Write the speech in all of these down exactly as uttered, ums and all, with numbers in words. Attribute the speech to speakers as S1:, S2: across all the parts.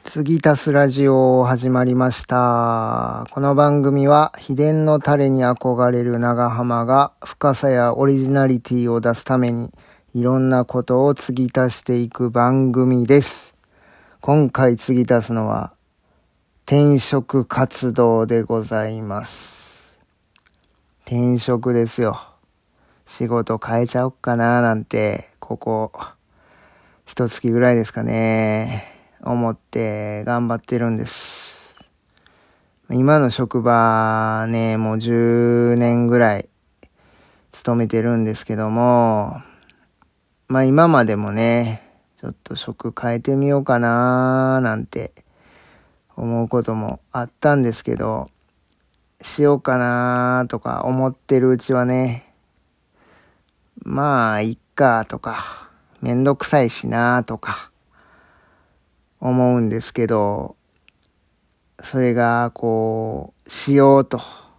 S1: 継ぎ足すラジオ始まりました。この番組は秘伝のタレに憧れる長浜が深さやオリジナリティを出すためにいろんなことを継ぎ足していく番組です。今回継ぎ足すのは転職活動でございます。転職ですよ。仕事変えちゃおっかななんてここ一月ぐらいですかね。思って頑張ってるんです。今の職場ね、もうじゅうねんぐらい勤めてるんですけども、まあ今までもね、ちょっと職変えてみようかななんて思うこともあったんですけど、しようかなとか思ってるうちはね、まあいっかとか、めんどくさいしなとか、思うんですけど、それがこうしようと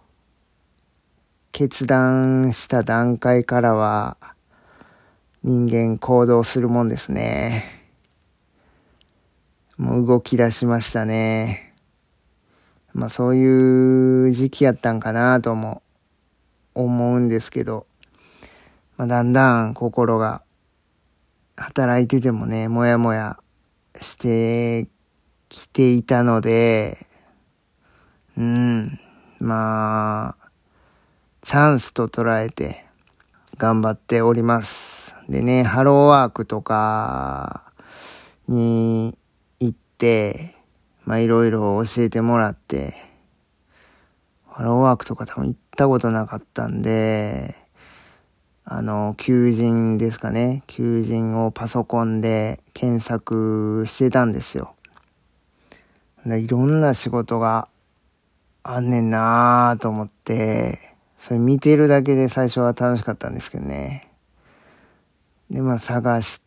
S1: 決断した段階からは人間行動するもんですね。もう動き出しましたね。まあそういう時期やったんかなとも思うんですけど、まあ、だんだん心が働いててもね、もやもやしてきていたので、うん、まあ、チャンスと捉えて頑張っております。でね、ハローワークとかに行って、まあいろいろ教えてもらって、ハローワークとか多分行ったことなかったんで、あの、求人ですかね。求人をパソコンで検索してたんですよ。でいろんな仕事があんねんなーと思って、それ見てるだけで最初は楽しかったんですけどね。で、まあ探して、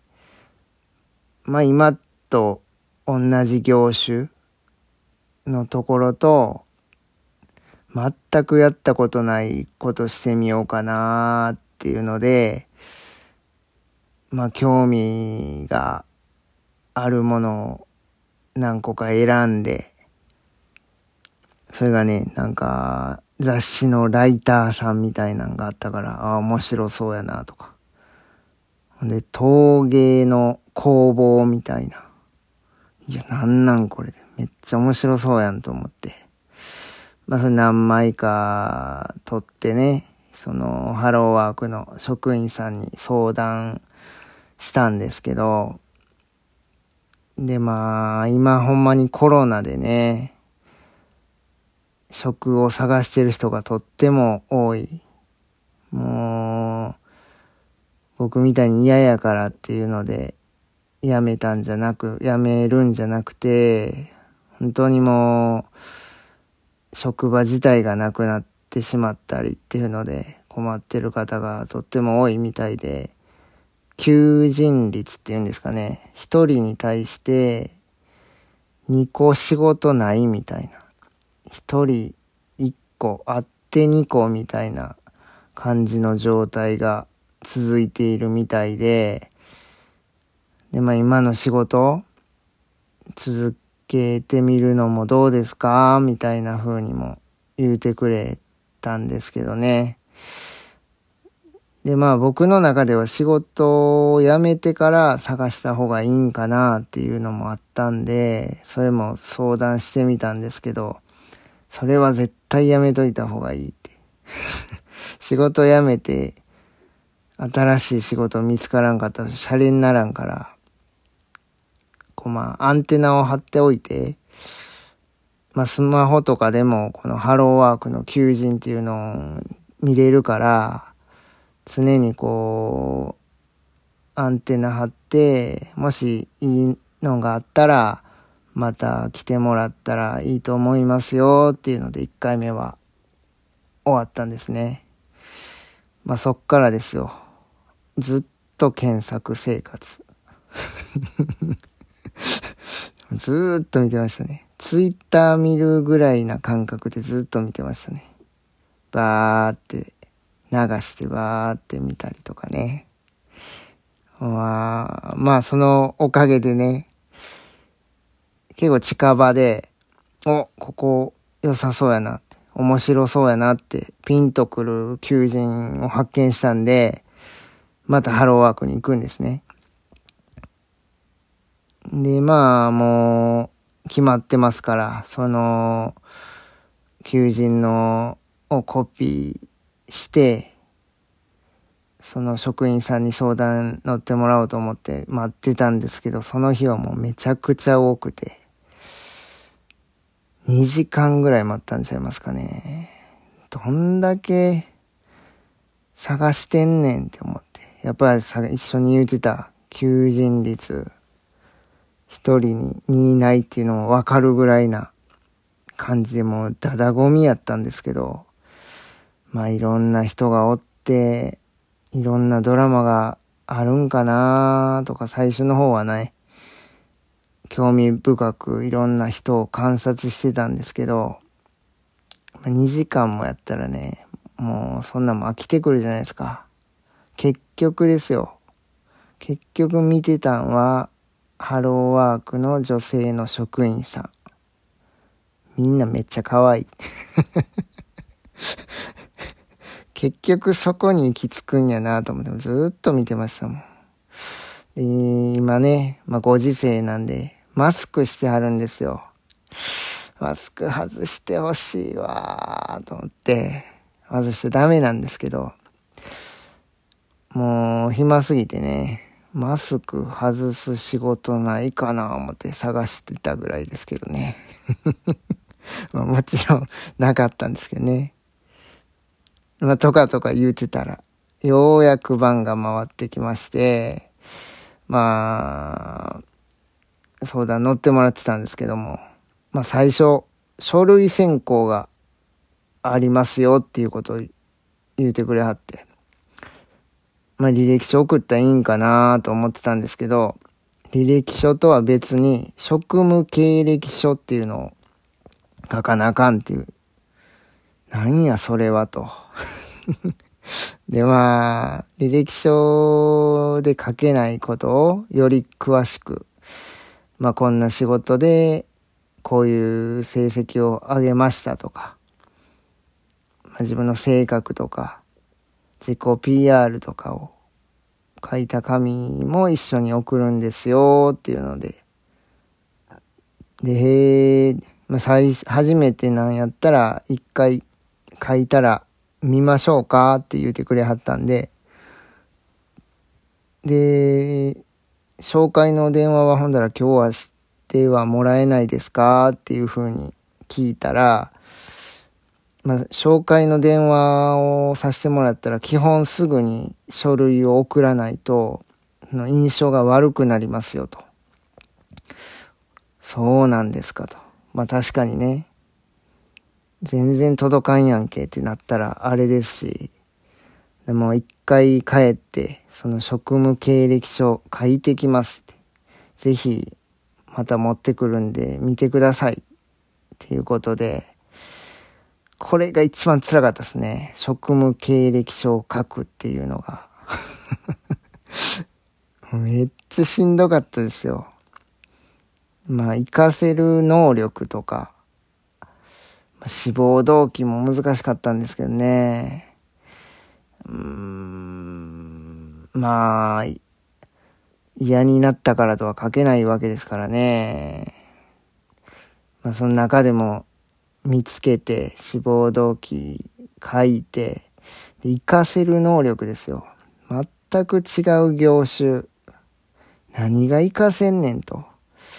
S1: まあ今と同じ業種のところと、全くやったことないことしてみようかなっていうので、まあ興味があるものを何個か選んで、それがね、なんか雑誌のライターさんみたいなのがあったから、ああ面白そうやなとか。で、陶芸の工房みたいな。いや、なんなんこれ。めっちゃ面白そうやんと思って。まあ、それ何枚か撮ってね、その、ハローワークの職員さんに相談したんですけど、で、まあ、今ほんまにコロナでね、職を探してる人がとっても多い。もう、僕みたいに嫌やからっていうので、辞めたんじゃなく、辞めるんじゃなくて、本当にもう、職場自体がなくなってしまったりっていうので、困ってる方がとっても多いみたいで、求人率っていうんですかね、一人に対して二個仕事ないみたいな。一人一個あって二個みたいな感じの状態が続いているみたいで、で、まあ今の仕事続けてみるのもどうですかみたいな風にも言うてくれたんですけどね。で、まあ僕の中では仕事を辞めてから探した方がいいんかなっていうのもあったんで、それも相談してみたんですけど、それは絶対辞めといた方がいいって。仕事辞めて新しい仕事見つからんかったらシャレにならんから、こうまあアンテナを張っておいて、まあスマホとかでもこのハローワークの求人っていうのを見れるから、常にこうアンテナ張って、もしいいのがあったらまた来てもらったらいいと思いますよっていうのでいっかいめは終わったんですね。まあそっからですよ。ずっと検索生活。ずーっと見てましたね。ツイッター見るぐらいな感覚でずっと見てましたね。バーって流してバーって見たりとかね。まあ、まあそのおかげでね、 結構近場で、お、ここ良さそうやなって、面白そうやなって、ピンとくる求人を発見したんで、またハローワークに行くんですね。で、まあ、もう、決まってますから、その、求人の、をコピーして、その職員さんに相談乗ってもらおうと思って待ってたんですけど、その日はもうめちゃくちゃ多くて、にじかんぐらい待ったんちゃいますかね。どんだけ探してんねんって思って。やっぱりさ、一緒に言うてた求人率、一人ににいないっていうのもわかるぐらいな感じでもうダダゴミやったんですけど、まあいろんな人がおって、いろんなドラマがあるんかなとか最初の方はね、興味深くいろんな人を観察してたんですけど、にじかんもやったらね、もうそんなもん飽きてくるじゃないですか。結局ですよ。結局見てたんは、ハローワークの女性の職員さん。みんなめっちゃ可愛い。結局そこに行き着くんやなと思ってずーっと見てましたもん。で今ね、まあ、ご時世なんで、マスクしてはるんですよ。マスク外してほしいわーと思って、外してダメなんですけど、もう暇すぎてね、マスク外す仕事ないかな思って探してたぐらいですけどね。まあ、もちろんなかったんですけどね。まあ、とかとか言うてたら、ようやく番が回ってきまして、まあ、相談乗ってもらってたんですけども、まあ最初、書類選考がありますよっていうことを言うてくれはって、まあ履歴書送ったらいいんかなと思ってたんですけど、履歴書とは別に職務経歴書っていうのを書かなあかんっていう。なんやそれはと。でまあ、履歴書で書けないことをより詳しく、まあこんな仕事でこういう成績を上げましたとか、まあ、自分の性格とか、自己 ピーアール とかを書いた紙も一緒に送るんですよっていうので、で、へー、まあ、最初、初めてなんやったら一回書いたら見ましょうかって言ってくれはったんで、で、紹介の電話はほんだら今日はしてはもらえないですかっていう風に聞いたら、まあ、紹介の電話をさせてもらったら基本すぐに書類を送らないとの印象が悪くなりますよと。そうなんですかと。まあ確かにね、全然届かんやんけってなったらあれですし、でも一回帰ってその職務経歴書書いてきますって。ぜひまた持ってくるんで見てくださいっていうことで、これが一番辛かったですね。職務経歴書を書くっていうのが。めっちゃしんどかったですよ。まあ、活かせる能力とか、志望動機も難しかったんですけどね。うーん、まあ、嫌になったからとは書けないわけですからね。まあ、その中でも見つけて、志望動機書いて、で活かせる能力ですよ。全く違う業種。何が活かせんねんと。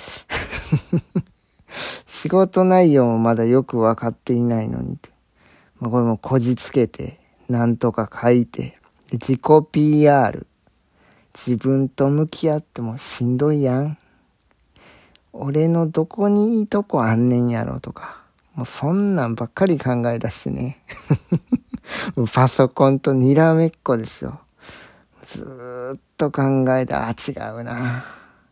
S1: 仕事内容もまだよくわかっていないのにって。まあ、これもこじつけて、なんとか書いて、で自己 ピーアール。自分と向き合ってもしんどいやん。俺のどこにいいとこあんねんやろとか。もうそんなんばっかり考え出してね。もうパソコンとにらめっこですよ。ずーっと考えて、あ、違うな。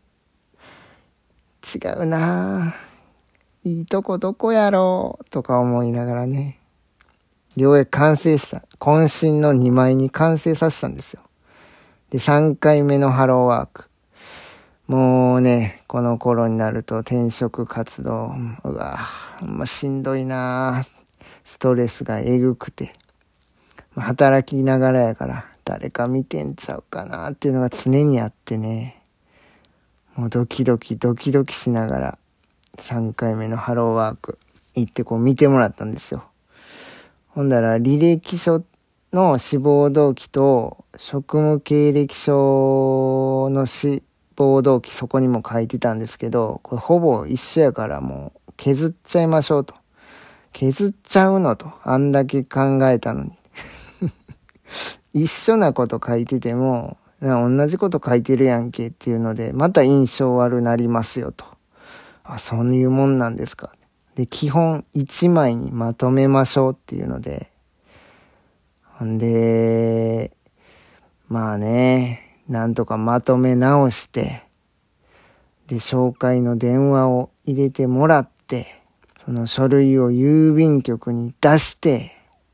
S1: 違うな。いいとこどこやろうとか思いながらね。ようやく完成した。渾身のにまいに完成させたんですよ。で、さんかいめのハローワーク。もうね、 この頃になると転職活動、うわ、ほんましんどいな。ストレスがえぐくて。働きながらやから誰か見てんちゃうかなっていうのが常にあってね。もうドキドキドキドキしながらさんかいめのハローワーク行ってこう見てもらったんですよ。ほんだら履歴書の志望動機と職務経歴書の志望動機そこにも書いてたんですけど、これほぼ一緒やからもう削っちゃいましょうと。削っちゃうのと。あんだけ考えたのに。一緒なこと書いてても、同じこと書いてるやんけっていうので、また印象悪なりますよと。あ、そういうもんなんですか。で、基本いちまいにまとめましょうっていうので、ほんで、まあね、なんとかまとめ直して、で、紹介の電話を入れてもらって、その書類を郵便局に出して、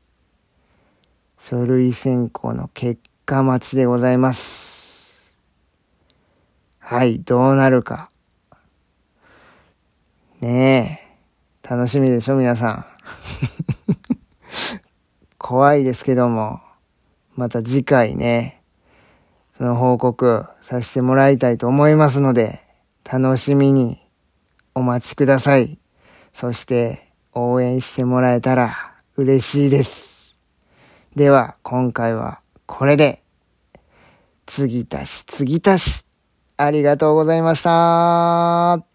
S1: 書類選考の結果待ちでございます。はい、どうなるか。ねえ、楽しみでしょ皆さん。怖いですけども、また次回ね、その報告させてもらいたいと思いますので、楽しみにお待ちください。そして応援してもらえたら嬉しいです。では今回はこれで、継ぎ足し継ぎ足し、ありがとうございました。